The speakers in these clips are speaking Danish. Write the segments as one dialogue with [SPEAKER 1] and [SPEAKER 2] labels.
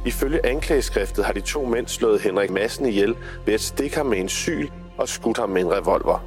[SPEAKER 1] Ifølge anklageskriftet har de 2 mænd slået Henrik Madsen ihjel ved at stikke ham med en syl og skudt ham med en revolver.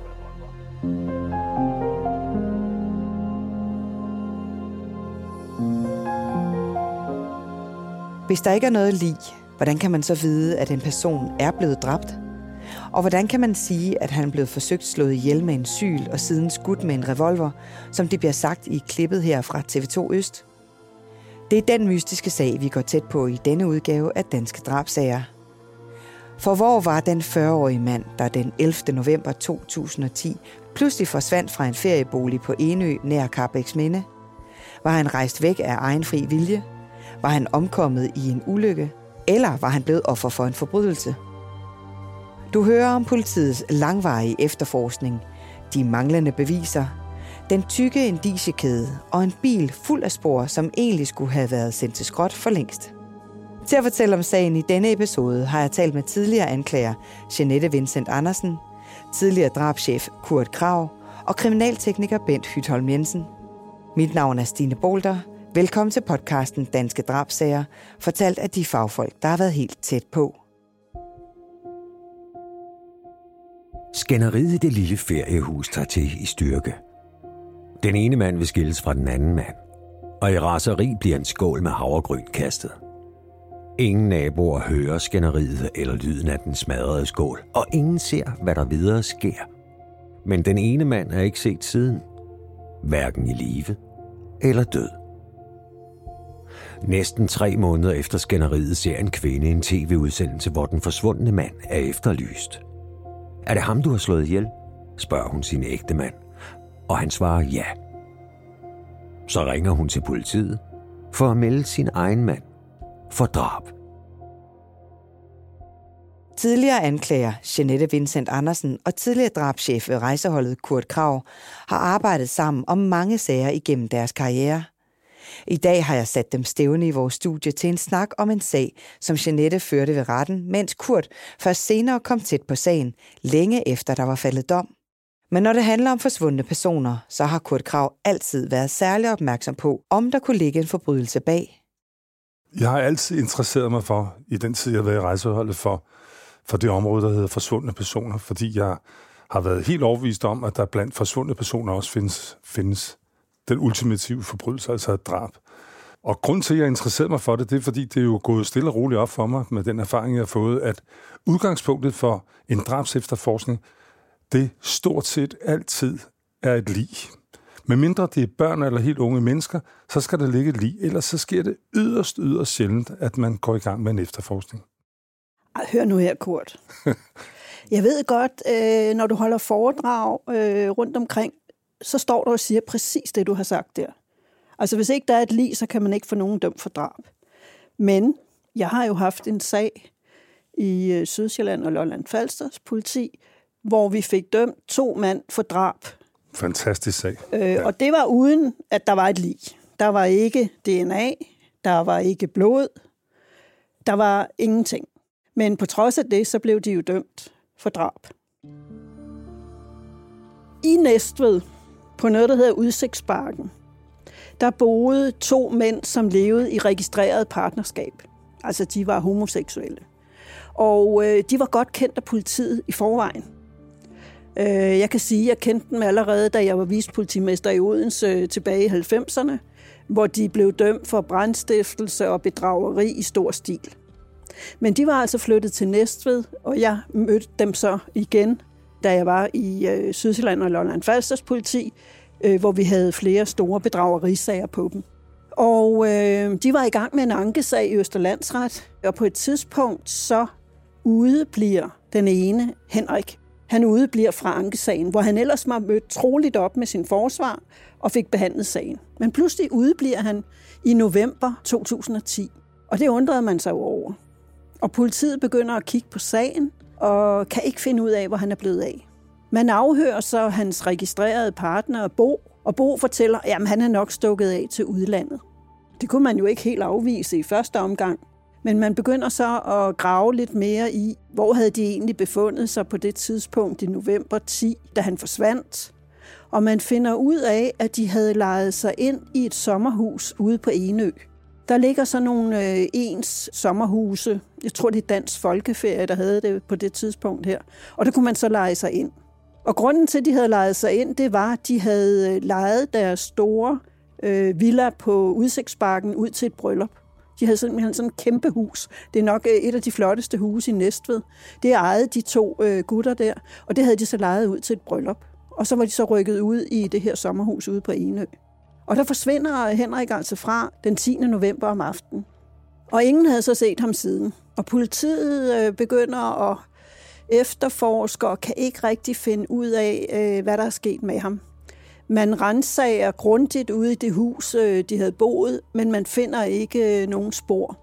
[SPEAKER 2] Hvis der ikke er noget lig, hvordan kan man så vide, at en person er blevet dræbt? Og hvordan kan man sige, at han er blevet forsøgt slået ihjel med en syl og siden skudt med en revolver, som det bliver sagt i klippet her fra TV2 Øst? Det er den mystiske sag, vi går tæt på i denne udgave af Danske Drabsager. For hvor var den 40-årige mand, der den 11. november 2010 pludselig forsvandt fra en feriebolig på Enø nær Karrebæksminde? Var han rejst væk af egen fri vilje? Var han omkommet i en ulykke? Eller var han blevet offer for en forbrydelse? Du hører om politiets langvarige efterforskning, de manglende beviser, den tykke indiciekæde og en bil fuld af spor, som egentlig skulle have været sendt til skrot for længst. Til at fortælle om sagen i denne episode har jeg talt med tidligere anklager Jeanette Vincent Andersen, tidligere drabschef Kurt Krag og kriminaltekniker Bent Hytholm Jensen. Mit navn er Stine Bolter. Velkommen til podcasten Danske Drabsager, fortalt af de fagfolk, der har været helt tæt på.
[SPEAKER 3] Skænderiet i det lille feriehus tager til i styrke. Den ene mand vil skilles fra den anden mand, og i raseri bliver en skål med havregryn kastet. Ingen naboer hører skænderiet eller lyden af den smadrede skål, og ingen ser, hvad der videre sker. Men den ene mand er ikke set siden, hverken i live eller død. Næsten 3 måneder efter skænderiet ser en kvinde en tv-udsendelse, hvor den forsvundne mand er efterlyst. Er det ham, du har slået ihjel? Spørger hun sin ægtemand, og han svarer ja. Så ringer hun til politiet for at melde sin egen mand for drab.
[SPEAKER 2] Tidligere anklager Jeanette Vincent Andersen og tidligere drabschef ved rejseholdet Kurt Krag har arbejdet sammen om mange sager igennem deres karriere. I dag har jeg sat dem stævne i vores studie til en snak om en sag, som Jeanette førte ved retten, mens Kurt først senere kom tæt på sagen, længe efter der var faldet dom. Men når det handler om forsvundne personer, så har Kurt Krag altid været særlig opmærksom på, om der kunne ligge en forbrydelse bag.
[SPEAKER 4] Jeg har altid interesseret mig for, i den tid jeg har været i rejseholdet, for det område, der hedder forsvundne personer, fordi jeg har været helt overbevist om, at der blandt forsvundne personer også findes den ultimative forbrydelse, altså et drab. Og grund til, at jeg interesserede mig for det, det er, fordi det er jo gået stille og roligt op for mig med den erfaring, jeg har fået, at udgangspunktet for en drabsefterforskning, det stort set altid er et lig. Medmindre det er børn eller helt unge mennesker, så skal der ligge et lig, ellers så sker det yderst sjældent, at man går i gang med en efterforskning.
[SPEAKER 5] Hør nu her, Kurt. Jeg ved godt, når du holder foredrag rundt omkring, så står du og siger præcis det, du har sagt der. Altså, hvis ikke der er et lig, så kan man ikke få nogen dømt for drab. Men jeg har jo haft en sag i Sydsjælland og Lolland-Falsters politi, hvor vi fik dømt 2 mand for drab.
[SPEAKER 4] Fantastisk sag.
[SPEAKER 5] Og det var uden, at der var et lig. Der var ikke DNA, der var ikke blod, der var ingenting. Men på trods af det, så blev de jo dømt for drab. I Næstved, på noget, der hedder Udsigtsparken, der boede 2 mænd, som levede i registreret partnerskab. Altså, de var homoseksuelle. Og de var godt kendt af politiet i forvejen. Jeg kan sige, at jeg kendte dem allerede, da jeg var vicepolitimester i Odense tilbage i 90'erne, hvor de blev dømt for brandstiftelse og bedrageri i stor stil. Men de var altså flyttet til Næstved, og jeg mødte dem så igen, da jeg var i Sydsjælland og Lolland-Falsters politi, hvor vi havde flere store bedragerisager på dem. Og de var i gang med en ankesag i Østerlandsret, og på et tidspunkt så udebliver den ene, Henrik. Han udebliver fra ankesagen, hvor han ellers var mødt troligt op med sin forsvar og fik behandlet sagen. Men pludselig udebliver han i november 2010, og det undrede man sig over. Og politiet begynder at kigge på sagen og kan ikke finde ud af, hvor han er blevet af. Man afhører så hans registrerede partner, Bo, og Bo fortæller, at han er nok stukket af til udlandet. Det kunne man jo ikke helt afvise i første omgang, men man begynder så at grave lidt mere i, hvor havde de egentlig befundet sig på det tidspunkt i november 10, da han forsvandt. Og man finder ud af, at de havde lejet sig ind i et sommerhus ude på Enø. Der ligger sådan nogle ens sommerhuse. Jeg tror, det er Dansk Folkeferie, der havde det på det tidspunkt her. Og der kunne man så leje sig ind. Og grunden til, at de havde lejet sig ind, det var, at de havde lejet deres store villa på Udsigtsbakken ud til et bryllup. De havde simpelthen sådan et kæmpe hus. Det er nok et af de flotteste huse i Næstved. Det ejede de 2 gutter der, og det havde de så lejet ud til et bryllup. Og så var de så rykket ud i det her sommerhus ude på Enø. Og der forsvinder Henrik altså fra den 10. november om aftenen. Og ingen havde så set ham siden. Og politiet begynder at efterforske og kan ikke rigtig finde ud af, hvad der er sket med ham. Man ransager grundigt ude i det hus, de havde boet, men man finder ikke nogen spor.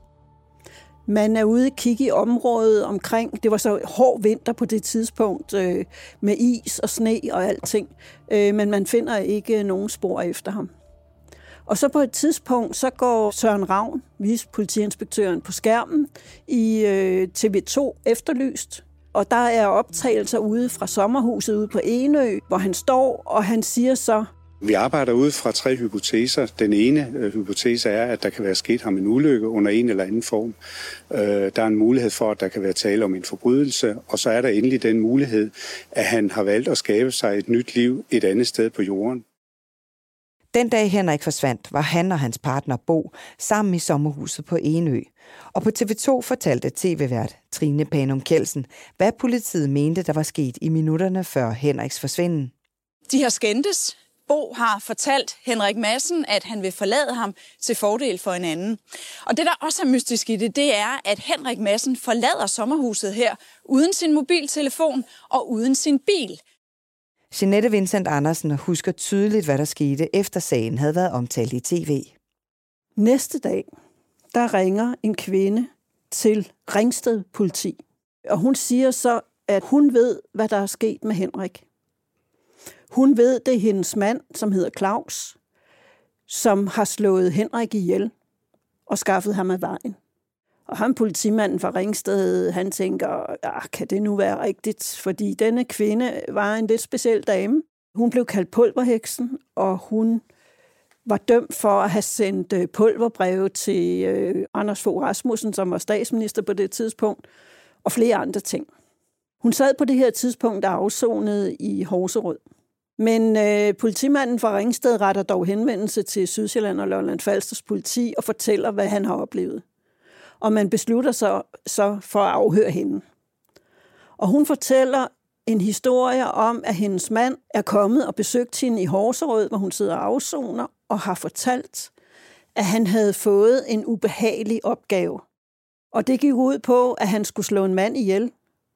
[SPEAKER 5] Man er ude og kigge i området omkring. Det var så hård vinter på det tidspunkt, med is og sne og alting. Men man finder ikke nogen spor efter ham. Og så på et tidspunkt, så går Søren Ravn, vicepolitiinspektøren, på skærmen i TV2 Efterlyst. Og der er optagelser ude fra sommerhuset ude på Enø, hvor han står, og han siger så:
[SPEAKER 6] Vi arbejder ud fra 3 hypoteser. Den ene hypotese er, at der kan være sket ham en ulykke under en eller anden form. Der er en mulighed for, at der kan være tale om en forbrydelse. Og så er der endelig den mulighed, at han har valgt at skabe sig et nyt liv et andet sted på jorden.
[SPEAKER 2] Den dag Henrik forsvandt, var han og hans partner Bo sammen i sommerhuset på Enø. Og på TV2 fortalte tv-vært Trine Panum Kjeldsen, hvad politiet mente, der var sket i minutterne før Henriks forsvinden.
[SPEAKER 7] De har skændtes. Bo har fortalt Henrik Madsen, at han vil forlade ham til fordel for en anden. Og det, der også er mystisk i det er, at Henrik Madsen forlader sommerhuset her uden sin mobiltelefon og uden sin bil.
[SPEAKER 2] Jeanette Vincent Andersen husker tydeligt, hvad der skete, efter sagen havde været omtalt i tv.
[SPEAKER 5] Næste dag, der ringer en kvinde til Ringsted politi. Og hun siger så, at hun ved, hvad der er sket med Henrik. Hun ved, det er hendes mand, som hedder Claus, som har slået Henrik ihjel og skaffet ham af vejen. Og ham, politimanden fra Ringsted, han tænker, kan det nu være rigtigt? Fordi denne kvinde var en lidt speciel dame. Hun blev kaldt pulverheksen, og hun var dømt for at have sendt pulverbreve til Anders Fogh Rasmussen, som var statsminister på det tidspunkt, og flere andre ting. Hun sad på det her tidspunkt og afsonede i Horserød. Men politimanden fra Ringsted retter dog henvendelse til Sydsjælland og Lolland Falsters politi og fortæller, hvad han har oplevet. Og man beslutter så for at afhøre hende. Og hun fortæller en historie om, at hendes mand er kommet og besøgt hende i Horserød, hvor hun sidder og afsoner, og har fortalt, at han havde fået en ubehagelig opgave. Og det gik ud på, at han skulle slå en mand ihjel,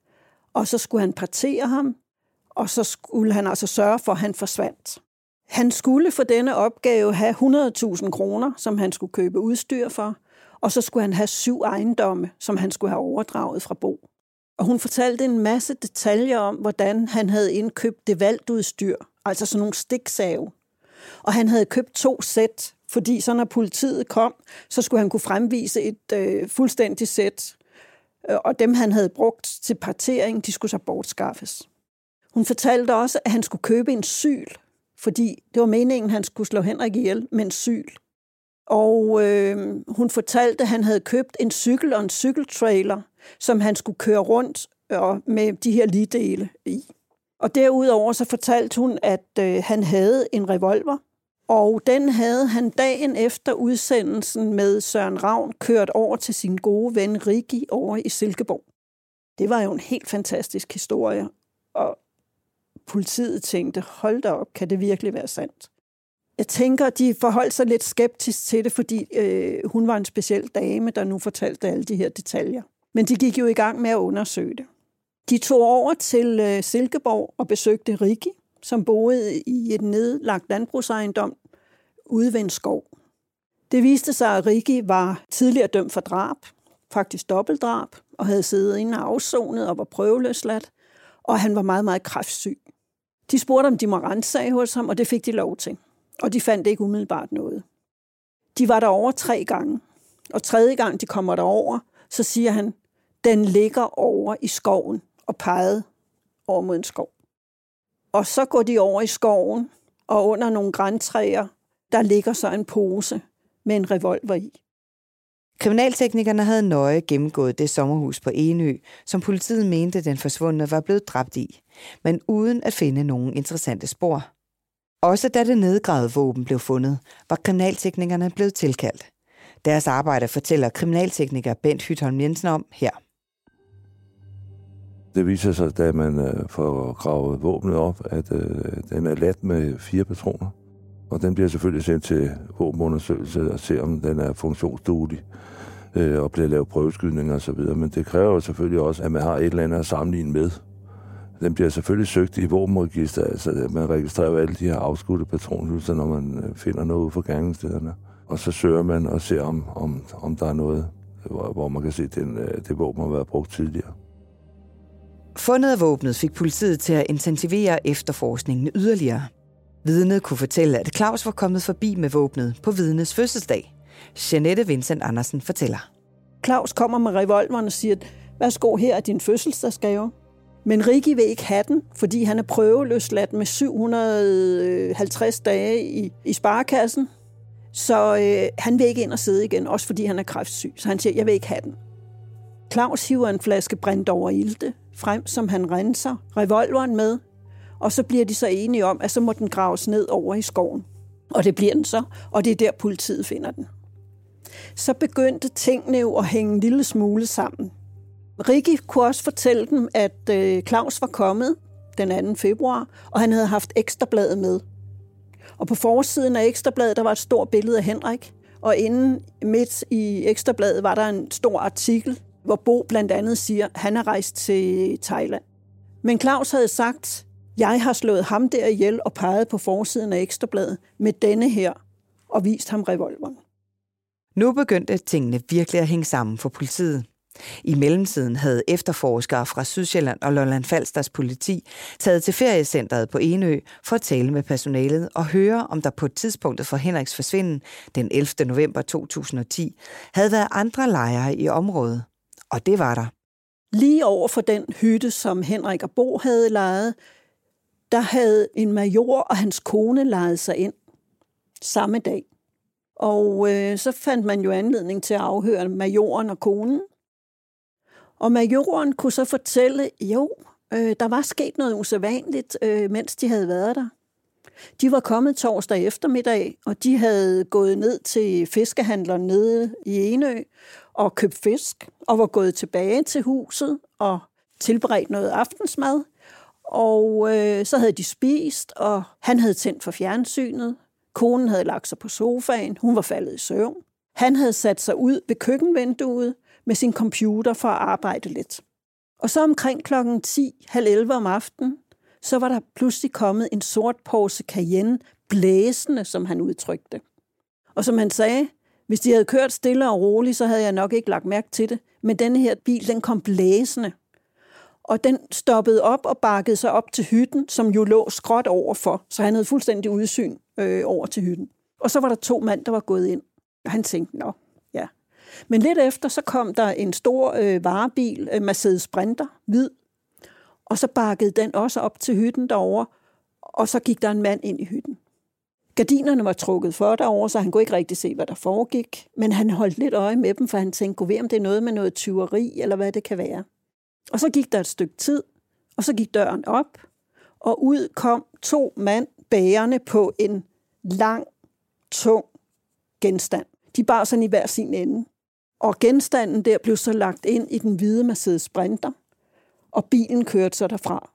[SPEAKER 5] og så skulle han partere ham, og så skulle han altså sørge for, at han forsvandt. Han skulle for denne opgave have 100.000 kroner, som han skulle købe udstyr for, og så skulle han have 7 ejendomme, som han skulle have overdraget fra Bo. Og hun fortalte en masse detaljer om, hvordan han havde indkøbt det valgudstyr, altså sådan nogle stiksave. Og han havde købt 2 sæt, fordi så når politiet kom, så skulle han kunne fremvise et fuldstændigt sæt. Og dem, han havde brugt til partering, de skulle så bortskaffes. Hun fortalte også, at han skulle købe en syl, fordi det var meningen, at han skulle slå Henrik ihjel med en syl. Og hun fortalte, at han havde købt en cykel og en cykeltrailer, som han skulle køre rundt med de her ligdele i. Og derudover så fortalte hun, at han havde en revolver, og den havde han dagen efter udsendelsen med Søren Ravn kørt over til sin gode ven Rikki over i Silkeborg. Det var jo en helt fantastisk historie, og politiet tænkte, hold da op, kan det virkelig være sandt? Jeg tænker, de forholdt sig lidt skeptisk til det, fordi hun var en speciel dame, der nu fortalte alle de her detaljer. Men de gik jo i gang med at undersøge det. De tog over til Silkeborg og besøgte Rikki, som boede i et nedlagt landbrugsejendom ude ved en skov. Det viste sig, at Rikki var tidligere dømt for drab, faktisk dobbeltdrab, og havde siddet inde og afsonet og var prøveløsladt, og han var meget, meget kræftsyg. De spurgte, om de må ransage hos ham, og det fik de lov til. Og de fandt ikke umiddelbart noget. De var derover 3 gange, og 3. gang de kommer derover, så siger han, den ligger over i skoven, og pegede over mod en skov. Og så går de over i skoven, og under nogle grantræer, der ligger så en pose med en revolver i.
[SPEAKER 2] Kriminalteknikerne havde nøje gennemgået det sommerhus på Enø, som politiet mente, den forsvundne var blevet dræbt i, men uden at finde nogen interessante spor. Også da det nedgravede våben blev fundet, var kriminalteknikerne blevet tilkaldt. Deres arbejde fortæller kriminaltekniker Bent Hytholm Jensen om her.
[SPEAKER 8] Det viser sig, da man får gravet våbnet op, at den er ladt med 4 patroner. Og den bliver selvfølgelig sendt til våbenundersøgelse og se, om den er funktionsduelig og bliver lavet prøveskydninger osv. Men det kræver jo selvfølgelig også, at man har et eller andet at sammenligne med. Den bliver selvfølgelig søgt i våbenregister, altså man registrerer jo alle de her afskudte patronhylser, når man finder noget ude for gerningsstederne. Og så søger man og ser, om der er noget, hvor man kan se, at det våben har været brugt tidligere.
[SPEAKER 2] Fundet af våbnet fik politiet til at intensivere efterforskningen yderligere. Vidnet kunne fortælle, at Claus var kommet forbi med våbnet på vidnets fødselsdag. Jeanette Vincent Andersen fortæller.
[SPEAKER 5] Claus kommer med revolveren og siger, værsgo, her er din fødselsdagsgave. Men Ricky vil ikke have den, fordi han er prøveløsladt med 750 dage i sparekassen. Så han vil ikke ind og sidde igen, også fordi han er kræftsyg. Så han siger, jeg vil ikke have den. Claus hiver en flaske brændt over ilte frem, som han renser revolveren med. Og så bliver de så enige om, at så må den graves ned over i skoven. Og det bliver den så, og det er der politiet finder den. Så begyndte tingene jo at hænge en lille smule sammen. Ricky kunne også fortælle dem, at Claus var kommet den 2. februar, og han havde haft Ekstrabladet med. Og på forsiden af Ekstrabladet, der var et stort billede af Henrik, og inde midt i Ekstrabladet var der en stor artikel, hvor Bo blandt andet siger, at han er rejst til Thailand. Men Claus havde sagt, jeg har slået ham der ihjel og peget på forsiden af Ekstrabladet med denne her, og vist ham revolveren.
[SPEAKER 2] Nu begyndte tingene virkelig at hænge sammen for politiet. I mellemtiden havde efterforskere fra Sydsjælland og Lolland-Falsters politi taget til feriecentret på Enø for at tale med personalet og høre, om der på tidspunktet for Henriks forsvinden den 11. november 2010 havde været andre lejre i området. Og det var der.
[SPEAKER 5] Lige over for den hytte, som Henrik og Bo havde lejet, der havde en major og hans kone lejet sig ind samme dag. Og så fandt man jo anledning til at afhøre majoren og konen. Og majoren kunne så fortælle, der var sket noget usædvanligt, mens de havde været der. De var kommet torsdag eftermiddag, og de havde gået ned til fiskehandleren nede i Enø og købt fisk, og var gået tilbage til huset og tilberedt noget aftensmad. Og så havde de spist, og han havde tændt for fjernsynet. Konen havde lagt sig på sofaen, hun var faldet i søvn. Han havde sat sig ud ved køkkenvinduet med sin computer for at arbejde lidt. Og så omkring 10:30 om aftenen, så var der pludselig kommet en sort Porsche Cayenne, blæsende, som han udtrykte. Og som han sagde, hvis de havde kørt stille og roligt, så havde jeg nok ikke lagt mærke til det. Men denne her bil, den kom blæsende. Og den stoppede op og bakkede sig op til hytten, som jo lå skråt overfor. Så han havde fuldstændig udsyn over til hytten. Og så var der 2 mænd, der var gået ind. Og han tænkte, ja. Men lidt efter, så kom der en stor varebil, Mercedes Sprinter, hvid. Og så bakkede den også op til hytten derovre. Og så gik der en mand ind i hytten. Gardinerne var trukket for derovre, så han kunne ikke rigtig se, hvad der foregik. Men han holdt lidt øje med dem, for han tænkte, gå ved, om det er noget med noget tyveri, eller hvad det kan være. Og så gik der et stykke tid, og så gik døren op, og ud kom 2 mand bærende på en lang, tung genstand. De bar sådan i hver sin ende. Og genstanden der blev så lagt ind i den hvide Mercedes Sprinter, og bilen kørte så derfra.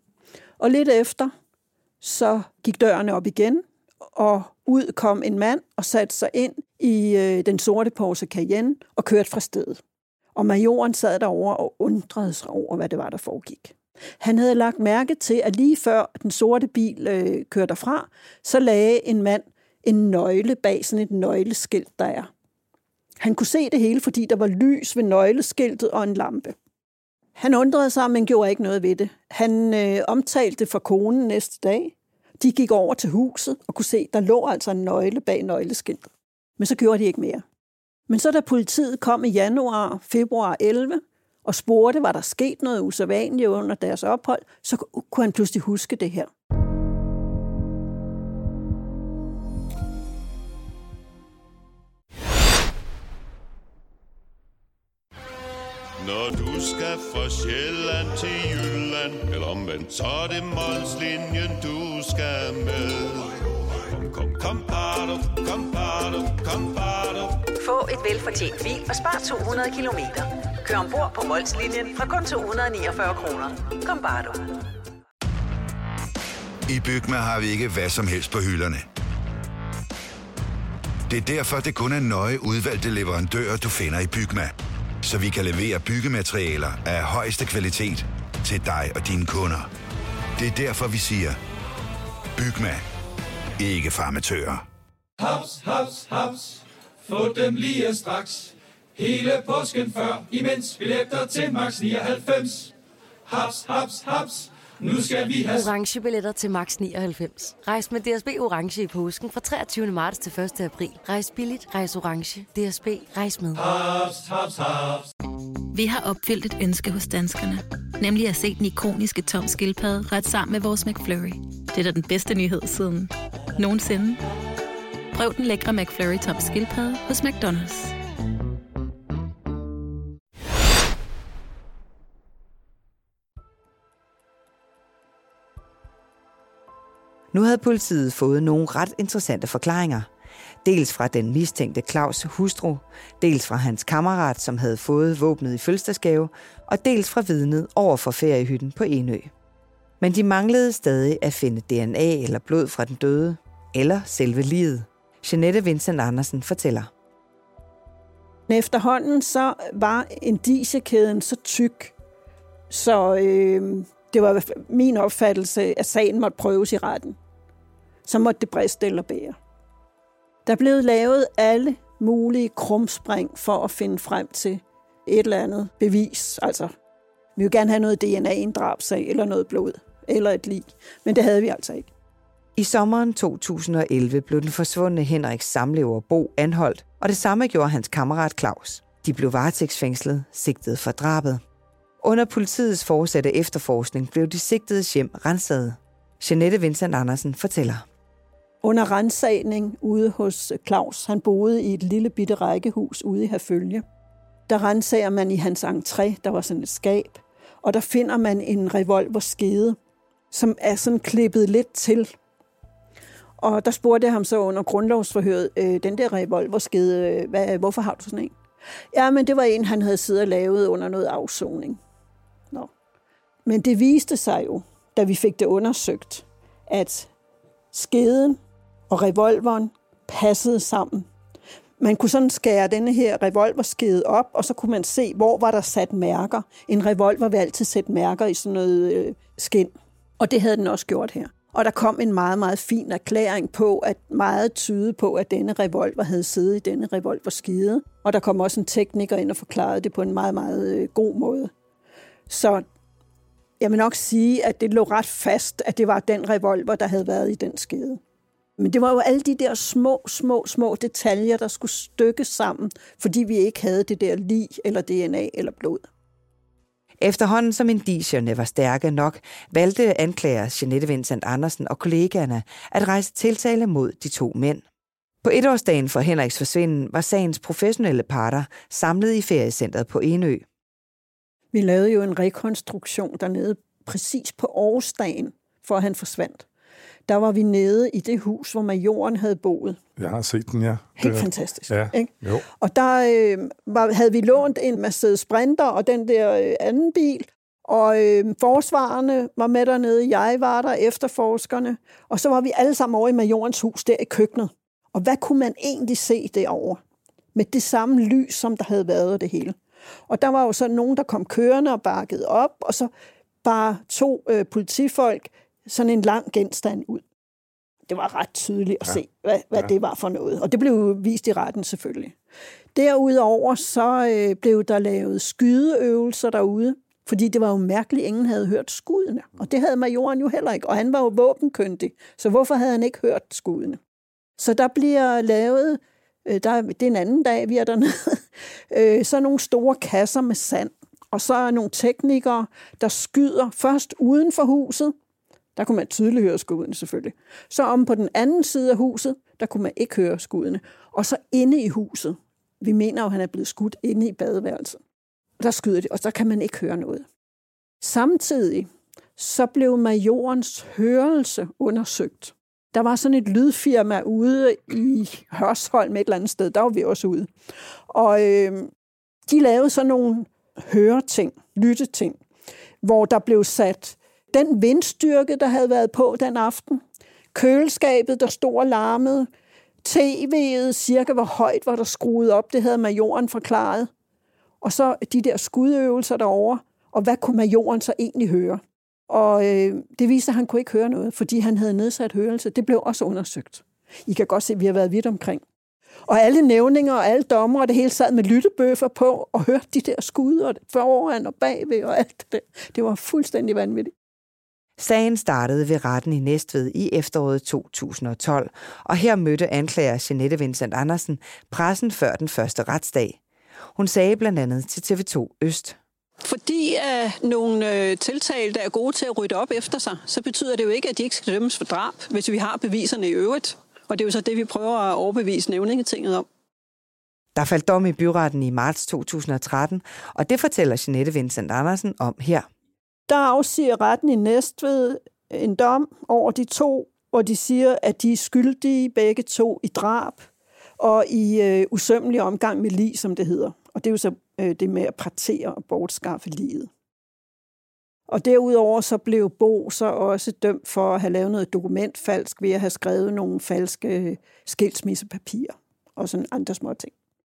[SPEAKER 5] Og lidt efter, så gik dørene op igen, og ud kom en mand og satte sig ind i den sorte Porsche Cayenne og kørte fra stedet. Og majoren sad derovre og undrede sig over, hvad det var, der foregik. Han havde lagt mærke til, at lige før den sorte bil kørte derfra, så lagde en mand en nøgle bag sådan et nøgleskilt, der er. Han kunne se det hele, fordi der var lys ved nøgleskiltet og en lampe. Han undrede sig, men gjorde ikke noget ved det. Han omtalte for konen næste dag. De gik over til huset og kunne se, der lå altså en nøgle bag nøgleskiltet. Men så gjorde de ikke mere. Men så da politiet kom i februar 11 og spurgte, var der sket noget usædvanligt under deres ophold, så kunne han pludselig huske det her.
[SPEAKER 9] Når du skal fra Sjælland til Jylland, eller omvendt, så er det Molslinjen, du skal med. Kom, bado, kom, bado.
[SPEAKER 10] Få et velfortjent bil og spar 200 kilometer. Kør ombord på Molslinjen fra kun 249 kroner. Kom, bado.
[SPEAKER 11] I Bygma har vi ikke hvad som helst på hylderne. Det er derfor, det kun er nøje udvalgte leverandører, du finder i Bygma. Så vi kan levere byggematerialer af højeste kvalitet til dig og dine kunder. Det er derfor, vi siger, Bygma. Ikke farmatører.
[SPEAKER 12] Haps, haps, haps. Få dem lige straks. Hele påsken før, imens billetter til max 99. Haps, haps, haps. Nu skal vi have
[SPEAKER 13] orange billetter til max 99. Rejs med DSB orange i påsken fra 23. marts til 1. april. Rejs billigt, rejs orange. DSB, rejs med.
[SPEAKER 12] Haps, haps, haps.
[SPEAKER 14] Vi har opfyldt et ønske hos danskerne. Nemlig at se den ikoniske Tom Skildpadde ret sammen med vores McFlurry. Det er da den bedste nyhed siden nogensinde. Prøv den lækre McFlurry Tom Skildpadde hos McDonald's.
[SPEAKER 2] Nu havde politiet fået nogle ret interessante forklaringer. Dels fra den mistænkte Claus' hustru, dels fra hans kammerat, som havde fået våbnet i fødselsdagsgave, og dels fra vidnet over for feriehytten på Enø. Men de manglede stadig at finde DNA eller blod fra den døde, eller selve liget. Jeanette Vincent Andersen fortæller.
[SPEAKER 5] Efterhånden så var indiciekæden så tyk, så det var min opfattelse, at sagen måtte prøves i retten. Så måtte det briste eller bære. Der blev lavet alle mulige krumspring for at finde frem til et eller andet bevis. Altså, vi vil gerne have noget DNA i en drabsag, eller noget blod, eller et lig. Men det havde vi altså ikke.
[SPEAKER 2] I sommeren 2011 blev den forsvundne Henriks samlever Bo anholdt, og det samme gjorde hans kammerat Claus. De blev varetægtsfængslet, sigtet for drabet. Under politiets fortsatte efterforskning blev de sigtedes hjem ransaget. Jeanette Vincent Andersen fortæller.
[SPEAKER 5] Under ransagning ude hos Claus, han boede i et lille bitte rækkehus ude i Herfølge. Der ransager man i hans entré, der var sådan et skab, og der finder man en revolverskede, som er sådan klippet lidt til. Og der spurgte jeg ham så under grundlovsforhøret, den der revolverskede, hvorfor har du sådan en? Ja, men det var en, han havde siddet og lavet under noget afsoning. Nå. Men det viste sig jo, da vi fik det undersøgt, at skeden og revolveren passede sammen. Man kunne sådan skære denne her revolverskede op, og så kunne man se, hvor var der sat mærker. En revolver vil altid sætte mærker i sådan noget skind. Og det havde den også gjort her. Og der kom en meget, meget fin erklæring på, at meget tyde på, at denne revolver havde siddet i denne revolverskede. Og der kom også en tekniker ind og forklarede det på en meget, meget god måde. Så jeg vil nok sige, at det lå ret fast, at det var den revolver, der havde været i den skede. Men det var jo alle de der små detaljer, der skulle stykkes sammen, fordi vi ikke havde det der lig eller DNA eller blod.
[SPEAKER 2] Efterhånden som indicierne var stærke nok, valgte anklager Jeanette Vincent Andersen og kollegaerne at rejse tiltale mod de to mænd. På etårsdagen for Henriks forsvinden var sagens professionelle parter samlet i feriecentret på Enø.
[SPEAKER 5] Vi lavede jo en rekonstruktion dernede præcis på årsdagen, for at han forsvandt. Der var vi nede i det hus, hvor majoren havde boet.
[SPEAKER 4] Jeg har set den, ja.
[SPEAKER 5] Helt fantastisk.
[SPEAKER 4] Ja,
[SPEAKER 5] ikke?
[SPEAKER 4] Jo.
[SPEAKER 5] Og der havde vi lånt en Mercedes Sprinter og den der anden bil, og forsvarerne var med dernede, jeg var der, efterforskerne, og så var vi alle sammen over i majorens hus der i køkkenet. Og hvad kunne man egentlig se derovre? Med det samme lys, som der havde været og det hele. Og der var jo så nogen, der kom kørende og bakkede op, og så bare to politifolk sådan en lang genstand ud. Det var ret tydeligt at se, hvad det var for noget. Og det blev vist i retten selvfølgelig. Derudover så blev der lavet skydeøvelser derude, fordi det var jo mærkeligt, at ingen havde hørt skuddene. Og det havde majoren jo heller ikke, og han var jo våbenkyndig. Så hvorfor havde han ikke hørt skuddene? Så der bliver lavet, det er en anden dag, vi er dernede, så nogle store kasser med sand. Og så er nogle teknikere, der skyder først uden for huset. Der kunne man tydeligt høre skuddene selvfølgelig. Så om på den anden side af huset, der kunne man ikke høre skuddene. Og så inde i huset. Vi mener jo, at han er blevet skudt inde i badeværelset. Der skyder de, og så kan man ikke høre noget. Samtidig så blev majorens hørelse undersøgt. Der var sådan et lydfirma ude i Hørsholm et eller andet sted. Der var vi også ude. Og de lavede sådan nogle høreting, lytteting, hvor der blev sat den vindstyrke, der havde været på den aften, køleskabet, der stod og larmede, tv'et, cirka hvor højt var der skruet op, det havde majoren forklaret, og så de der skudøvelser derovre, og hvad kunne majoren så egentlig høre? Og det viste, at han kunne ikke høre noget, fordi han havde nedsat hørelse. Det blev også undersøgt. I kan godt se, at vi har været vidt omkring. Og alle nævninger og alle dommer og det hele sad med lyttebøffer på og hørte de der skud og foran og bagved og alt det. Det var fuldstændig vanvittigt.
[SPEAKER 2] Sagen startede ved retten i Næstved i efteråret 2012, og her mødte anklager Jeanette Vincent Andersen pressen før den første retsdag. Hun sagde blandt andet til TV2 Øst.
[SPEAKER 5] Fordi nogle tiltalte er gode til at rydde op efter sig, så betyder det jo ikke, at de ikke skal dømmes for drab, hvis vi har beviserne i øvrigt. Og det er jo så det, vi prøver at overbevise nævningetinget om.
[SPEAKER 2] Der faldt dom i byretten i marts 2013, og det fortæller Jeanette Vincent Andersen om her.
[SPEAKER 5] Der afsiger retten i Næstved en dom over de to, hvor de siger, at de er skyldige begge to i drab og i usømmelig omgang med lig, som det hedder. Og det er jo så det med at partere og bortskaffe liget. Og derudover så blev Bo så også dømt for at have lavet noget dokumentfalsk ved at have skrevet nogle falske skilsmissepapirer og sådan andre små ting.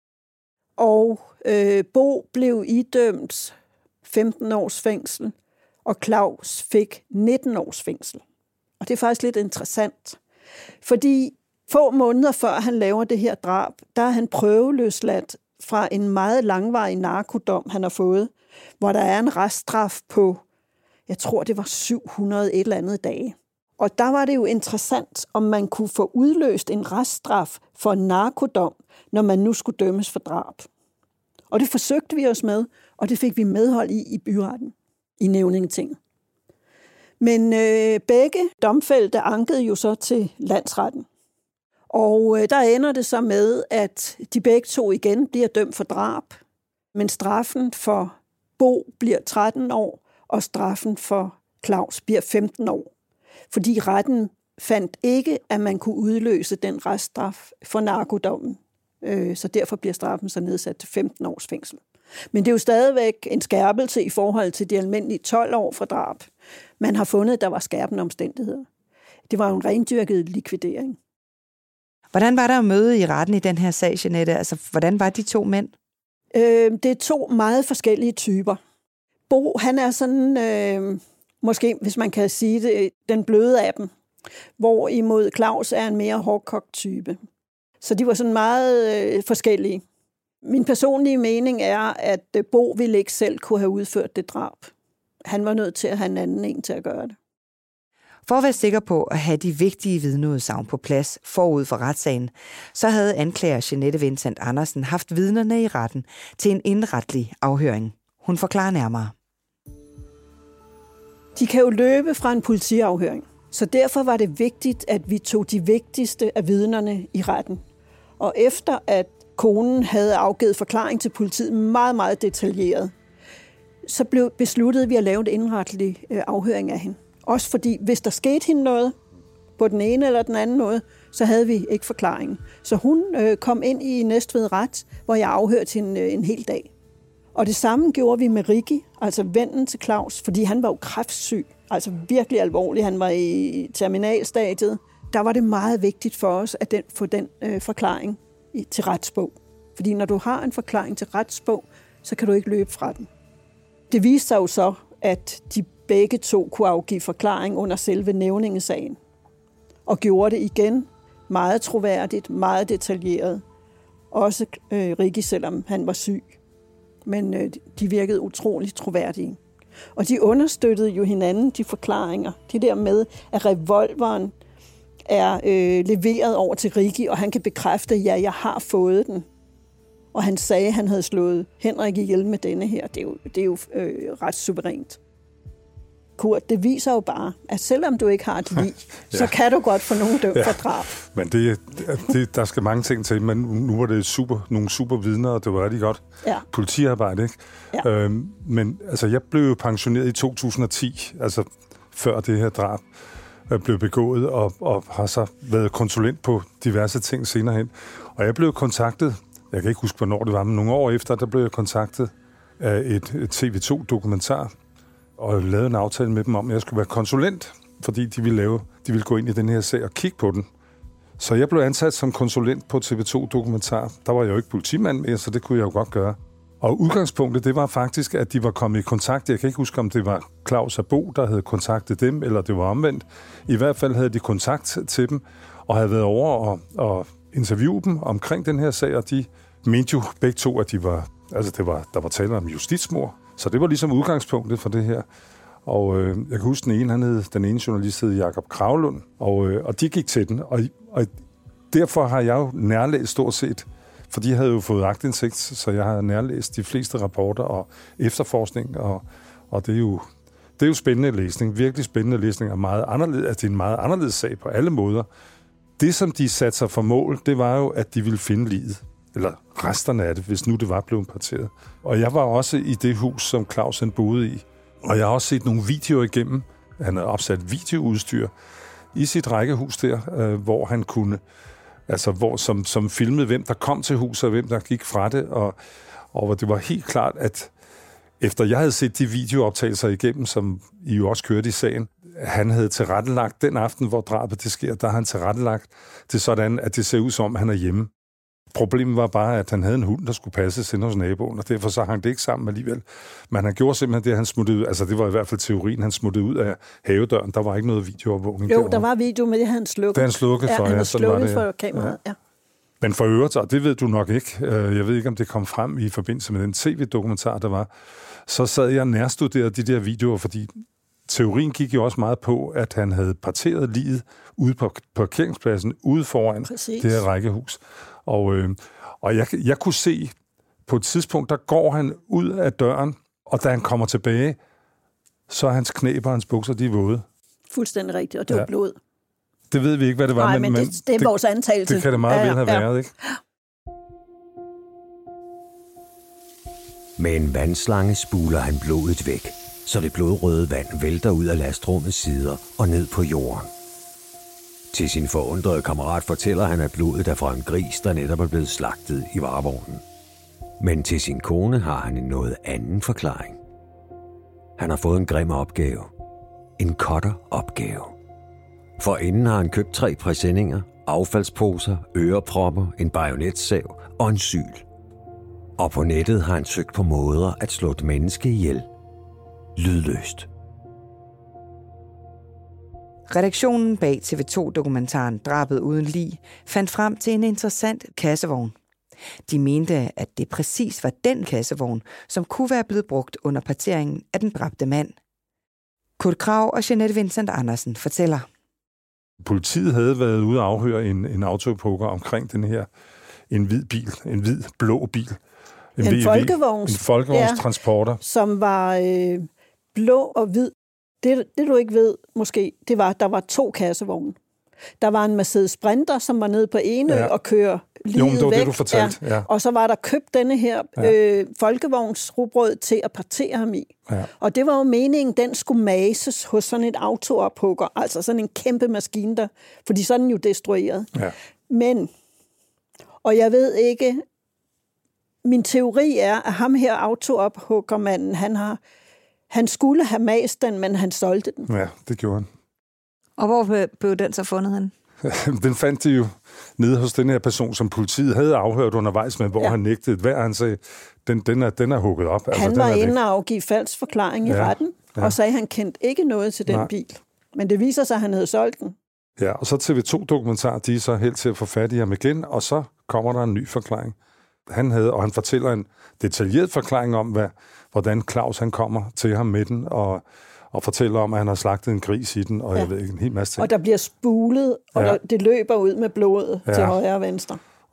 [SPEAKER 5] Og Bo blev idømt 15 års fængsel, og Claus fik 19 års fængsel. Og det er faktisk lidt interessant, fordi få måneder før han laver det her drab, der er han prøveløsladt fra en meget langvarig narkodom, han har fået, hvor der er en reststraf på, jeg tror det var 700 et eller andet dage. Og der var det jo interessant, om man kunne få udløst en reststraf for en narkodom, når man nu skulle dømmes for drab. Og det forsøgte vi os med, og det fik vi medhold i byretten, i nævningetinget. Men begge domfældte ankede jo så til landsretten. Og der ender det så med, at de begge to igen bliver dømt for drab, men straffen for Bo bliver 13 år, og straffen for Claus bliver 15 år. Fordi retten fandt ikke, at man kunne udløse den reststraf for narkodommen. Så derfor bliver straffen så nedsat til 15 års fængsel. Men det er jo stadigvæk en skærpelse i forhold til de almindelige 12 år for drab. Man har fundet, at der var skærpende omstændigheder. Det var jo en rendyrket likvidering.
[SPEAKER 2] Hvordan var der at møde i retten i den her sag, Jeanette? Altså, hvordan var de to mænd?
[SPEAKER 5] Det er to meget forskellige typer. Bo, han er sådan, måske hvis man kan sige det, den bløde af dem. Hvorimod Claus er en mere hårdkogt type. Så de var sådan meget forskellige. Min personlige mening er, at Bo ville ikke selv kunne have udført det drab. Han var nødt til at have en anden en til at gøre det.
[SPEAKER 2] For at være sikker på at have de vigtige vidneudsagn på plads forud for retssagen, så havde anklager Jeanette Vincent Andersen haft vidnerne i retten til en indretlig afhøring. Hun forklarer nærmere.
[SPEAKER 5] De kan jo løbe fra en politiafhøring, så derfor var det vigtigt, at vi tog de vigtigste af vidnerne i retten. Og efter at konen havde afgivet forklaring til politiet meget, meget detaljeret, så besluttede vi at lave en indretlig afhøring af hende. Også fordi, hvis der skete hende noget på den ene eller den anden måde, så havde vi ikke forklaringen. Så hun kom ind i Næstved Ret, hvor jeg afhørte hende en hel dag. Og det samme gjorde vi med Ricky, altså vennen til Claus, fordi han var jo kræftsyg, altså virkelig alvorlig. Han var i terminalstadiet. Der var det meget vigtigt for os at få den forklaring til retsbog. Fordi når du har en forklaring til retsbog, så kan du ikke løbe fra den. Det viste sig jo så, at de begge to kunne afgive forklaring under selve nævningesagen. Og gjorde det igen meget troværdigt, meget detaljeret. Også Ricky, selvom han var syg. Men de virkede utroligt troværdige. Og de understøttede jo hinanden, de forklaringer. Det der med, at revolveren er leveret over til Ricky, og han kan bekræfte, at ja, jeg har fået den. Og han sagde, at han havde slået Henrik ihjel med denne her. Det er jo ret suverænt. Kurt, det viser jo bare, at selvom du ikke har et lig, så kan du godt få nogen dømt for drab.
[SPEAKER 4] Men der skal mange ting til, men nu var det nogle super vidner, og det var rigtig godt politiarbejde, ikke?
[SPEAKER 5] Ja.
[SPEAKER 4] Men altså, jeg blev jo pensioneret i 2010, altså før det her drab blev begået, og har så været konsulent på diverse ting senere hen. Og jeg blev kontaktet, jeg kan ikke huske, hvornår det var, men nogle år efter, der blev jeg kontaktet af et TV2-dokumentar, og lavede en aftale med dem om, at jeg skulle være konsulent, fordi de ville gå ind i den her sag og kigge på den. Så jeg blev ansat som konsulent på TV2-dokumentar. Der var jeg jo ikke politimand mere, så det kunne jeg jo godt gøre. Og udgangspunktet, det var faktisk, at de var kommet i kontakt. Jeg kan ikke huske, om det var Claus og Bo, der havde kontaktet dem, eller det var omvendt. I hvert fald havde de kontakt til dem, og havde været over og interviewe dem omkring den her sag, og de mente jo begge to, at der var tale om justitsmord. Så det var ligesom udgangspunktet for det her. Og jeg kan huske, den ene journalist hed Jakob Kravlund, og de gik til den. Og derfor har jeg jo nærlæst stort set, for de havde jo fået aktindsigt, så jeg har nærlæst de fleste rapporter og efterforskning, og det er jo spændende læsning, virkelig spændende læsning, og meget anderledes, altså det er en meget anderledes sag på alle måder. Det, som de satte sig for mål, det var jo, at de ville finde liget, eller resterne af det, hvis nu det var blevet parteret. Og jeg var også i det hus, som Claus han boede i, og jeg har også set nogle videoer igennem. Han havde opsat videoudstyr i sit rækkehus der, hvor han kunne, altså som filmede, hvem der kom til huset, og hvem der gik fra det, og hvor det var helt klart, at efter jeg havde set de videooptagelser igennem, som I jo også kørte i sagen, han havde tilrettelagt den aften, hvor drabet det sker, der har han tilrettelagt det sådan, at det ser ud som, han er hjemme. Problemet var bare, at han havde en hund, der skulle passes ind hos naboen, og derfor så hang det ikke sammen alligevel. Men han gjorde simpelthen det, han smuttede ud, altså det var i hvert fald teorien, han smuttede ud af havedøren. Der var ikke noget videoovervågning.
[SPEAKER 5] Jo, der var video med det, han slukkede.
[SPEAKER 4] Det han slukkede for,
[SPEAKER 5] han
[SPEAKER 4] sådan
[SPEAKER 5] slukkede
[SPEAKER 4] var det.
[SPEAKER 5] For kameraet, ja.
[SPEAKER 4] Men for øvrigt, og det ved du nok ikke, jeg ved ikke, om det kom frem i forbindelse med den tv-dokumentar, der var, så sad jeg og nærstuderede de der videoer, fordi teorien gik jo også meget på, at han havde parteret liget ude på parkeringspladsen, ude foran det her rækkehus. Og jeg kunne se, på et tidspunkt, der går han ud af døren, og da han kommer tilbage, så er hans knæ og hans bukser, de er våde.
[SPEAKER 5] Fuldstændig rigtigt, og det var blod.
[SPEAKER 4] Det ved vi ikke, hvad det var.
[SPEAKER 5] Nej, men det er vores antagelse.
[SPEAKER 4] Det kan det meget vel have været, ikke?
[SPEAKER 3] Med en vandslange spuler han blodet væk, så det blodrøde vand vælter ud af lastrummets sider og ned på jorden. Til sin forundrede kammerat fortæller han, at blodet er fra en gris, der netop er blevet slagtet i varevognen. Men til sin kone har han en noget anden forklaring. Han har fået en grim opgave. En cutter-opgave. For inden har han købt 3 presenninger, affaldsposer, ørepropper, en bajonetsav og en syl. Og på nettet har han søgt på måder at slå et menneske ihjel. Lydløst.
[SPEAKER 2] Redaktionen bag TV2-dokumentaren Drabet uden lig fandt frem til en interessant kassevogn. De mente, at det præcis var den kassevogn, som kunne være blevet brugt under parteringen af den dræbte mand. Kurt Krag og Jeanette Vincent Andersen fortæller.
[SPEAKER 4] Politiet havde været ude at afhøre en autopoker omkring den her, en hvid bil, en hvid blå bil.
[SPEAKER 5] En
[SPEAKER 4] folkevognstransporter.
[SPEAKER 5] Som var blå og hvid. Det du ikke ved, måske, det var, at der var 2 kassevogne. Der var en Mercedes Sprinter, som var nede på Enø og kører liget væk.
[SPEAKER 4] Det var det, du fortalte. Ja.
[SPEAKER 5] Og så var der købt denne her folkevognsrugbrød til at partere ham i. Ja. Og det var jo meningen, den skulle mases hos sådan et autoophugger, altså sådan en kæmpe maskine der, fordi så er den jo destrueret. Ja. Men, og jeg ved ikke, min teori er, at ham her autoophuggermanden, han skulle have mast den, men han solgte den.
[SPEAKER 4] Ja, det gjorde han.
[SPEAKER 2] Og hvor blev den så fundet hen?
[SPEAKER 4] Den fandt de jo nede hos den her person, som politiet havde afhørt undervejs med, hvor han nægtede et værd. Han sagde, den er hugget op.
[SPEAKER 5] Han altså, var inde og afgive falsk forklaring i retten, og sagde, at han kendte ikke noget til den bil. Men det viser sig, at han havde solgt den.
[SPEAKER 4] Ja, og så TV2-dokumentar, de er så helt til at få fat i ham igen, og så kommer der en ny forklaring. Han fortæller en detaljeret forklaring om, hvordan Claus han kommer til ham med den, og fortæller om, at han har slagtet en gris i den, og jeg ved ikke, en hel masse ting.
[SPEAKER 5] Og der bliver spulet, og det løber ud med blodet til højre og venstre.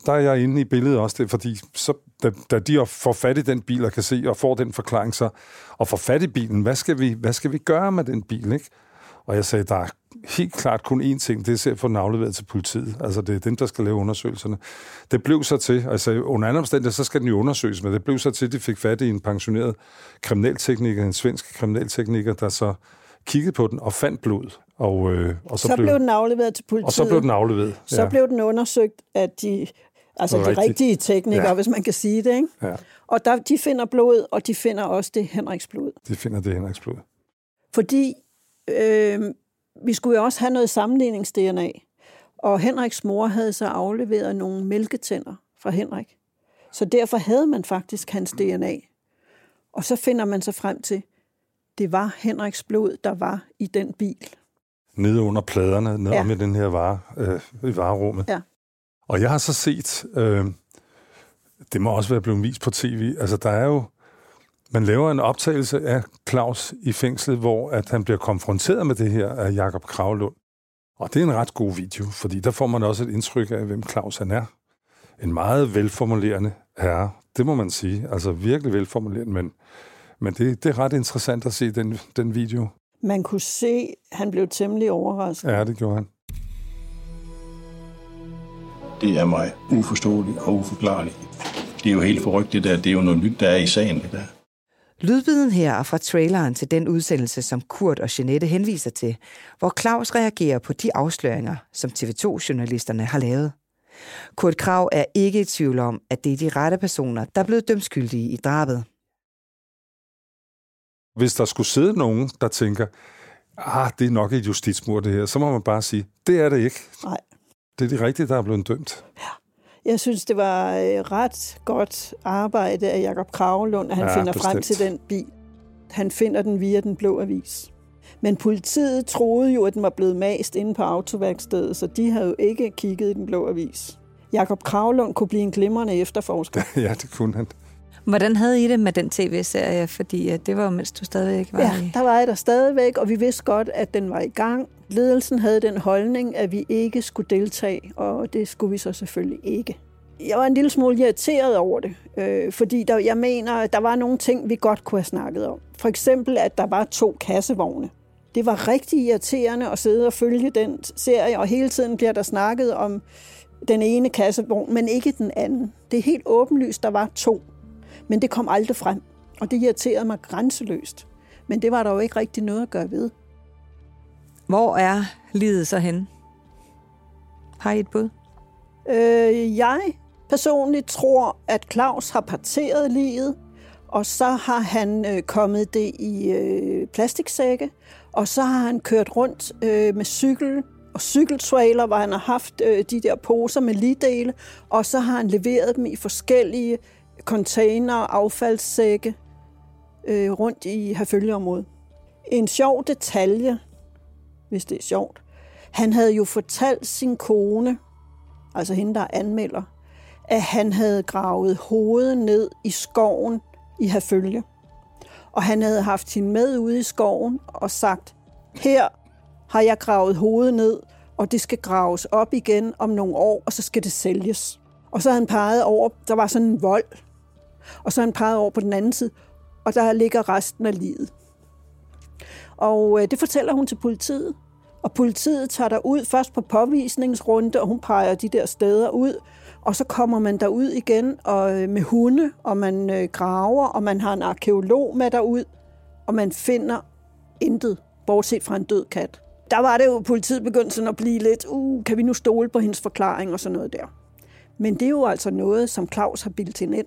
[SPEAKER 4] der er jeg inde i billedet også, det, fordi så, da de får fat i den bil og kan se og får den forklaring, så og får fat i bilen, hvad skal vi gøre med den bil, ikke? Og jeg sagde, der er helt klart kun én ting, det er at få den afleveret til politiet. Altså, det er dem, der skal lave undersøgelserne. Det blev så til, og jeg sagde, under anden omstændighed, så skal den jo undersøges, men det blev så til, at de fik fat i en pensioneret kriminaltekniker, en svensk kriminaltekniker, der så kiggede på den og fandt blod. Og så blev
[SPEAKER 5] den afleveret til politiet.
[SPEAKER 4] Og så blev den afleveret. Ja.
[SPEAKER 5] Så blev den undersøgt af de rigtige teknikere, hvis man kan sige det, ikke?
[SPEAKER 4] Ja.
[SPEAKER 5] Og de finder blod, og de finder også det Henriks blod.
[SPEAKER 4] De finder det Henriks blod.
[SPEAKER 5] Fordi vi skulle jo også have noget sammenlignings-DNA. Og Henriks mor havde så afleveret nogle mælketænder fra Henrik. Så derfor havde man faktisk hans DNA. Og så finder man så frem til, det var Henriks blod, der var i den bil.
[SPEAKER 4] Nede under pladerne, nede med den her i varerummet.
[SPEAKER 5] Ja.
[SPEAKER 4] Og jeg har så set, det må også være blevet vist på tv, altså der er jo, man laver en optagelse af Claus i fængslet, hvor at han bliver konfronteret med det her af Jakob Kragelund. Og det er en ret god video, fordi der får man også et indtryk af, hvem Claus han er. En meget velformulerende herre, det må man sige. Altså virkelig velformulerende, men det er ret interessant at se den video.
[SPEAKER 5] Man kunne se, at han blev temmelig overrasket.
[SPEAKER 4] Ja, det gjorde han.
[SPEAKER 15] Det er mig uforståeligt og uforklarligt. Det er jo helt forrygt, det der. Det er jo noget nyt, der er i sagen, det der.
[SPEAKER 2] Lydbiden her er fra traileren til den udsendelse, som Kurt og Jeanette henviser til, hvor Claus reagerer på de afsløringer, som TV2-journalisterne har lavet. Kurt Krag er ikke i tvivl om, at det er de rette personer, der er blevet dømt skyldige i drabet.
[SPEAKER 4] Hvis der skulle sidde nogen, der tænker, det er nok et justitsmord det her, så må man bare sige, det er det ikke.
[SPEAKER 5] Nej.
[SPEAKER 4] Det er de rigtige, der er blevet dømt.
[SPEAKER 5] Ja. Jeg synes, det var ret godt arbejde af Jakob Kragelund, at han finder frem til den bil. Han finder den via Den Blå Avis. Men politiet troede jo, at den var blevet mast inde på autoværkstedet, så de havde jo ikke kigget i Den Blå Avis. Jakob Kragelund kunne blive en glimrende efterforsker.
[SPEAKER 4] Ja, det kunne han.
[SPEAKER 16] Hvordan havde I det med den tv-serie? Fordi det var jo, mens du stadigvæk var
[SPEAKER 5] i... der var jeg der stadigvæk, og vi vidste godt, at den var i gang. Ledelsen havde den holdning, at vi ikke skulle deltage, og det skulle vi så selvfølgelig ikke. Jeg var en lille smule irriteret over det, fordi jeg mener, at der var nogle ting, vi godt kunne have snakket om. For eksempel, at der var 2 kassevogne. Det var rigtig irriterende at sidde og følge den serie, og hele tiden bliver der snakket om den ene kassevogn, men ikke den anden. Det er helt åbenlyst, der var 2. Men det kom aldrig frem, og det irriterede mig grænseløst. Men det var der jo ikke rigtig noget at gøre ved.
[SPEAKER 16] Hvor er livet så henne? Har I et bud?
[SPEAKER 5] Jeg personligt tror, at Claus har parteret livet, og så har han kommet det i plastiksække, og så har han kørt rundt med cykel og cykeltrailer, hvor han har haft de der poser med ligdele, og så har han leveret dem i forskellige container og affaldssække rundt i Herfølgeområdet. En sjov detalje, hvis det er sjovt. Han havde jo fortalt sin kone, altså hende, der anmelder, at han havde gravet hovedet ned i skoven i Herfølge. Og han havde haft hende med ude i skoven og sagt, her har jeg gravet hovedet ned, og det skal graves op igen om nogle år, og så skal det sælges. Og så havde han peget over, der var sådan en vold, og så havde han peget over på den anden side, og der ligger resten af livet. Og det fortæller hun til politiet. Og politiet tager der ud først på påvisningsrunde, og hun peger de der steder ud. Og så kommer man derud igen og med hunde, og man graver, og man har en arkæolog med derud, og man finder intet, bortset fra en død kat. Der var det jo, politiet begyndte sådan at blive lidt, kan vi nu stole på hendes forklaring og sådan noget der. Men det er jo altså noget, som Claus har bildt hende ind.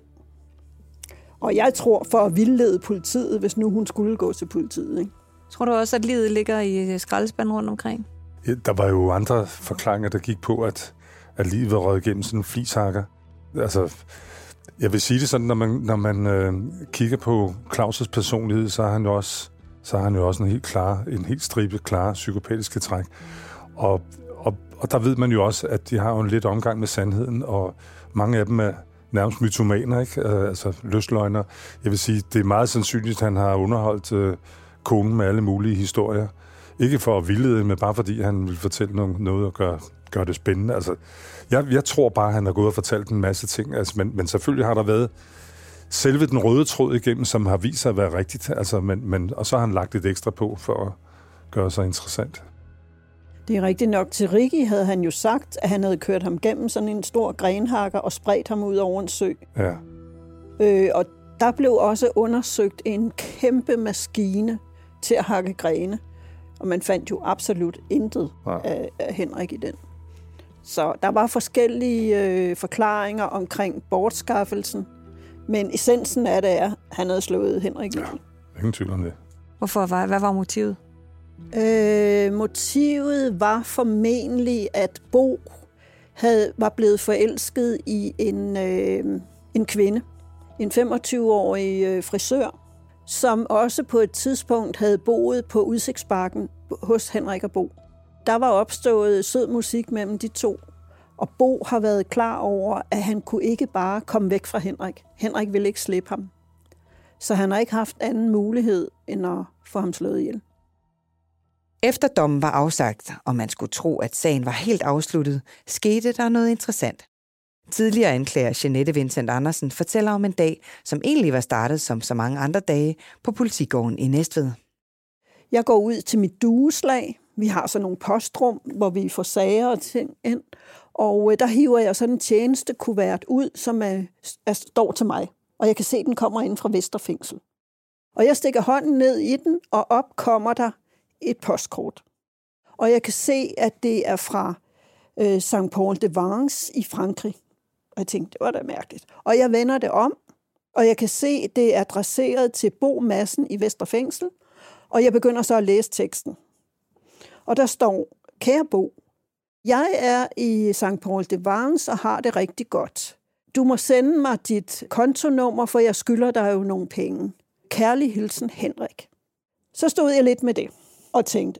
[SPEAKER 5] Og jeg tror, for at vildlede politiet, hvis nu hun skulle gå til politiet, ikke?
[SPEAKER 16] Tror du også, at livet ligger i skraldespanden rundt omkring?
[SPEAKER 4] Ja, der var jo andre forklaringer, der gik på, at livet var røget igennem sådan en flishakker. Altså, jeg vil sige det sådan, når man kigger på Claus' personlighed, så har han jo også en helt stribet klare psykopatiske træk. Og der ved man jo også, at de har jo en lidt omgang med sandheden, og mange af dem er nærmest mytomaner, ikke? Altså løsløgner. Jeg vil sige, det er meget sandsynligt, at han har underholdt konen med alle mulige historier. Ikke for at vildlede, men bare fordi han vil fortælle noget og gør det spændende. Altså, jeg tror bare, at han har gået og fortalt en masse ting. Altså, men selvfølgelig har der været selve den røde tråd igennem, som har vist sig at være rigtigt. Altså, og så har han lagt lidt ekstra på for at gøre sig interessant.
[SPEAKER 5] Det er rigtigt nok. Til Ricky havde han jo sagt, at han havde kørt ham gennem sådan en stor grenhakker og spredt ham ud over en sø.
[SPEAKER 4] Ja.
[SPEAKER 5] Og der blev også undersøgt en kæmpe maskine til at hakke grene. Og man fandt jo absolut intet af Henrik i den. Så der var forskellige forklaringer omkring bortskaffelsen. Men essensen af det er, at han havde slået Henrik ihjel.
[SPEAKER 4] Ja, ingen tvivl om det.
[SPEAKER 16] Hvad var motivet?
[SPEAKER 5] Motivet var formentlig, at Bo var blevet forelsket i en kvinde. En 25-årig frisør, som også på et tidspunkt havde boet på Udsigtsbakken hos Henrik og Bo. Der var opstået sød musik mellem de to, og Bo har været klar over, at han kunne ikke bare komme væk fra Henrik. Henrik ville ikke slippe ham. Så han har ikke haft anden mulighed, end at få ham slået ihjel.
[SPEAKER 2] Efter dommen var afsagt, og man skulle tro, at sagen var helt afsluttet, skete der noget interessant. Tidligere anklager Jeanette Vincent Andersen fortæller om en dag, som egentlig var startet som så mange andre dage på Politigården i Næstved.
[SPEAKER 5] Jeg går ud til mit dueslag. Vi har sådan nogle postrum, hvor vi får sager og ting ind. Og der hiver jeg sådan en tjenestekuvert ud, som står til mig. Og jeg kan se, at den kommer ind fra Vesterfængsel. Og jeg stikker hånden ned i den, og op kommer der et postkort. Og jeg kan se, at det er fra St. Paul de Vence i Frankrig. Og jeg tænkte, det var da mærkeligt. Og jeg vender det om, og jeg kan se, at det er adresseret til Bo Madsen i Vesterfængsel. Og jeg begynder så at læse teksten. Og der står, kære Bo, jeg er i St. Paul de Vence og har det rigtig godt. Du må sende mig dit kontonummer, for jeg skylder dig jo nogle penge. Kærlig hilsen, Henrik. Så stod jeg lidt med det og tænkte,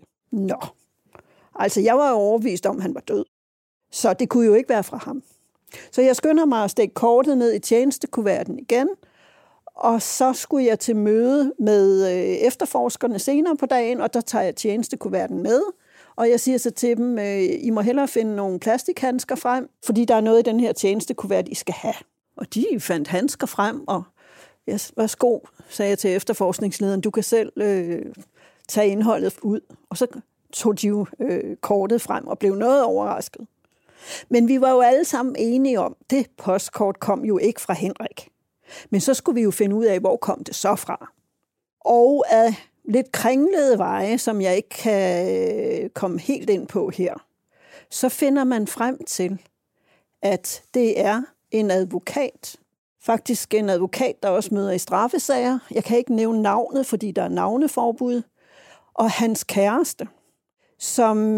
[SPEAKER 5] altså jeg var jo overbevist om, at han var død. Så det kunne jo ikke være fra ham. Så jeg skynder mig at stikke kortet ned i tjenestekuverten igen, og så skulle jeg til møde med efterforskerne senere på dagen, og der tager jeg tjenestekuverten med, og jeg siger så til dem, I må hellere finde nogle plastikhandsker frem, fordi der er noget i den her tjenestekuvert, I skal have. Og de fandt handsker frem, og værsgo, sagde jeg til efterforskningslederen, du kan selv tage indholdet ud. Og så tog de jo kortet frem og blev noget overrasket. Men vi var jo alle sammen enige om, det postkort kom jo ikke fra Henrik. Men så skulle vi jo finde ud af, hvor kom det så fra. Og af lidt kringlede veje, som jeg ikke kan komme helt ind på her, så finder man frem til, at det er en advokat. Faktisk en advokat, der også møder i straffesager. Jeg kan ikke nævne navnet, fordi der er navneforbud. Og hans kæreste, som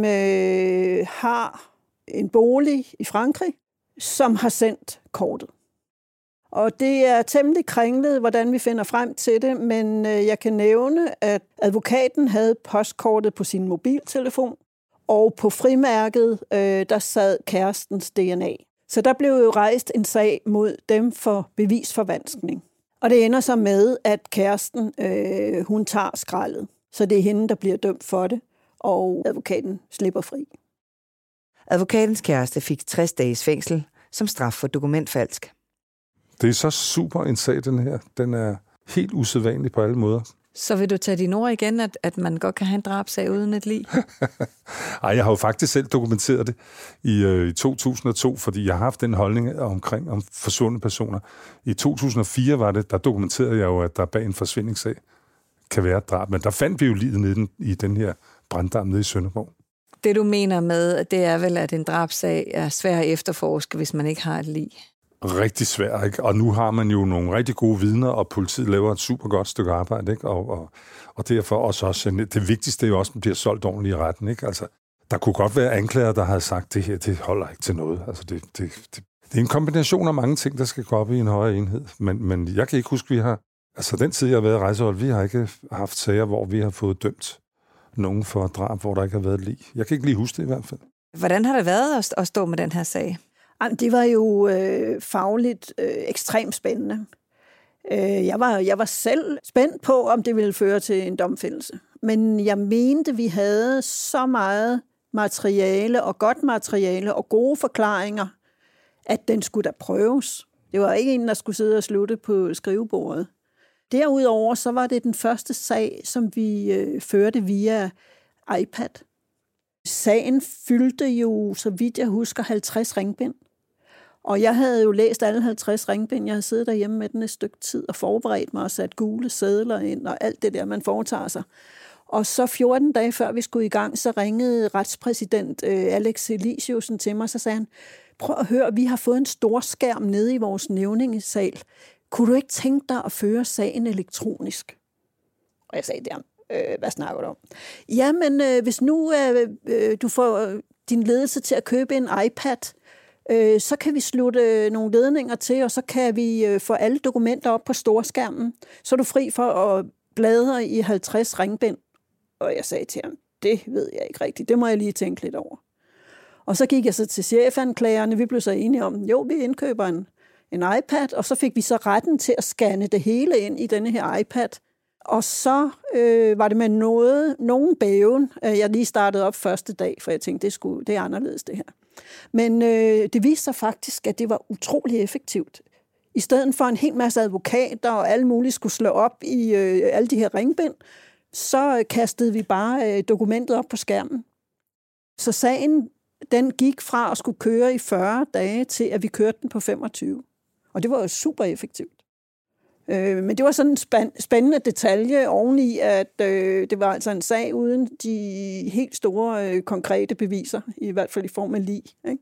[SPEAKER 5] har en bolig i Frankrig, som har sendt kortet. Og det er temmelig kringlet, hvordan vi finder frem til det, men jeg kan nævne, at advokaten havde postkortet på sin mobiltelefon, og på frimærket, der sad kærestens DNA. Så der blev jo rejst en sag mod dem for bevisforvanskning. Og det ender så med, at kæresten, hun tager skraldet. Så det er hende, der bliver dømt for det, og advokaten slipper fri.
[SPEAKER 2] Advokatens kæreste fik 60 dages fængsel som straf for dokumentfalsk.
[SPEAKER 4] Det er så super en sag, den her. Den er helt usædvanlig på alle måder.
[SPEAKER 16] Så vil du tage dine ord igen, at man godt kan have en drabsag uden et lig?
[SPEAKER 4] Ej, jeg har jo faktisk selv dokumenteret det i 2002, fordi jeg har haft den holdning om forsvundne personer. I 2004 var det, der dokumenterede jeg jo, at der bag en forsvindingssag kan være et drab. Men der fandt vi jo livet nede i den her branddam nede i Sønderborg.
[SPEAKER 16] Det du mener med, det er vel, at en drabsag er svær at efterforske, hvis man ikke har et lig?
[SPEAKER 4] Rigtig svær, ikke? Og nu har man jo nogle rigtig gode vidner, og politiet laver et super godt stykke arbejde, ikke? Og derfor også det vigtigste er jo også, at man bliver solgt ordentligt i retten, ikke? Altså, der kunne godt være anklager, der havde sagt, det her, det holder ikke til noget. Altså, det er en kombination af mange ting, der skal gå op i en højere enhed. Men jeg kan ikke huske, vi har... Altså, den tid, jeg har været i rejsehold, vi har ikke haft sager, hvor vi har fået dømt nogen for drab, hvor der ikke har været lig. Jeg kan ikke lige huske det i hvert fald.
[SPEAKER 16] Hvordan har det været at stå med den her sag?
[SPEAKER 5] Det var jo fagligt ekstremt spændende. Jeg var selv spændt på, om det ville føre til en domfældelse. Men jeg mente, vi havde så meget materiale og godt materiale og gode forklaringer, at den skulle da prøves. Det var ikke en, der skulle sidde og slutte på skrivebordet. Derudover så var det den første sag, som vi førte via iPad. Sagen fyldte jo, så vidt jeg husker, 50 ringbind. Og jeg havde jo læst alle 50 ringbind. Jeg havde siddet derhjemme med den et stykke tid og forberedt mig og sat gule sedler ind og alt det der, man foretager sig. Og så 14 dage før vi skulle i gang, så ringede retspræsident Alex Elisiusen til mig, så sagde han, prøv at høre, vi har fået en stor skærm nede i vores nævningesal. Kunne du ikke tænke dig at føre sagen elektronisk? Og jeg sagde der, hvad snakker du om? Jamen, hvis nu du får din ledelse til at købe en iPad, så kan vi slutte nogle ledninger til, og så kan vi få alle dokumenter op på storskærmen. Så er du fri for at bladre i 50 ringbind. Og jeg sagde til ham, det ved jeg ikke rigtigt. Det må jeg lige tænke lidt over. Og så gik jeg så til chefanklagerne. Vi blev så enige om, jo, vi indkøber en iPad, og så fik vi så retten til at scanne det hele ind i denne her iPad. Og så var det med nogen bæven. Jeg lige startede op første dag, for jeg tænkte, det er anderledes det her. Men det viste sig faktisk, at det var utrolig effektivt. I stedet for en hel masse advokater og alle mulige skulle slå op i alle de her ringbind, så kastede vi bare dokumentet op på skærmen. Så sagen, den gik fra at skulle køre i 40 dage til, at vi kørte den på 25. Og det var jo super effektivt. Men det var sådan en spændende detalje oveni, at det var altså en sag uden de helt store konkrete beviser, i hvert fald i form af lig, ikke?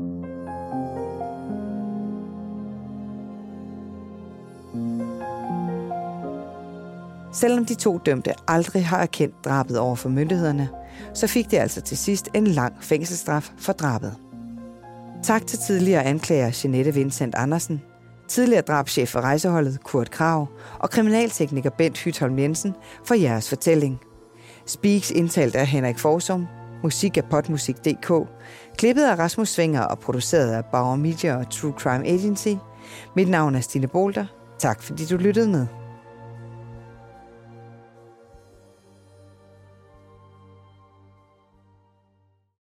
[SPEAKER 2] Selvom de to dømte aldrig har erkendt drabet over for myndighederne, så fik de altså til sidst en lang fængselsstraf for drabet. Tak til tidligere anklager Jeanette Vincent Andersen, tidligere drabschef for rejseholdet Kurt Krag og kriminaltekniker Bent Hytholm Jensen for jeres fortælling. Speaks indtalt af Henrik Forsum, musik af Podmusik.dk, klippet af Rasmus Svinger og produceret af Bauer Media og True Crime Agency. Mit navn er Stine Bolter. Tak fordi du lyttede med.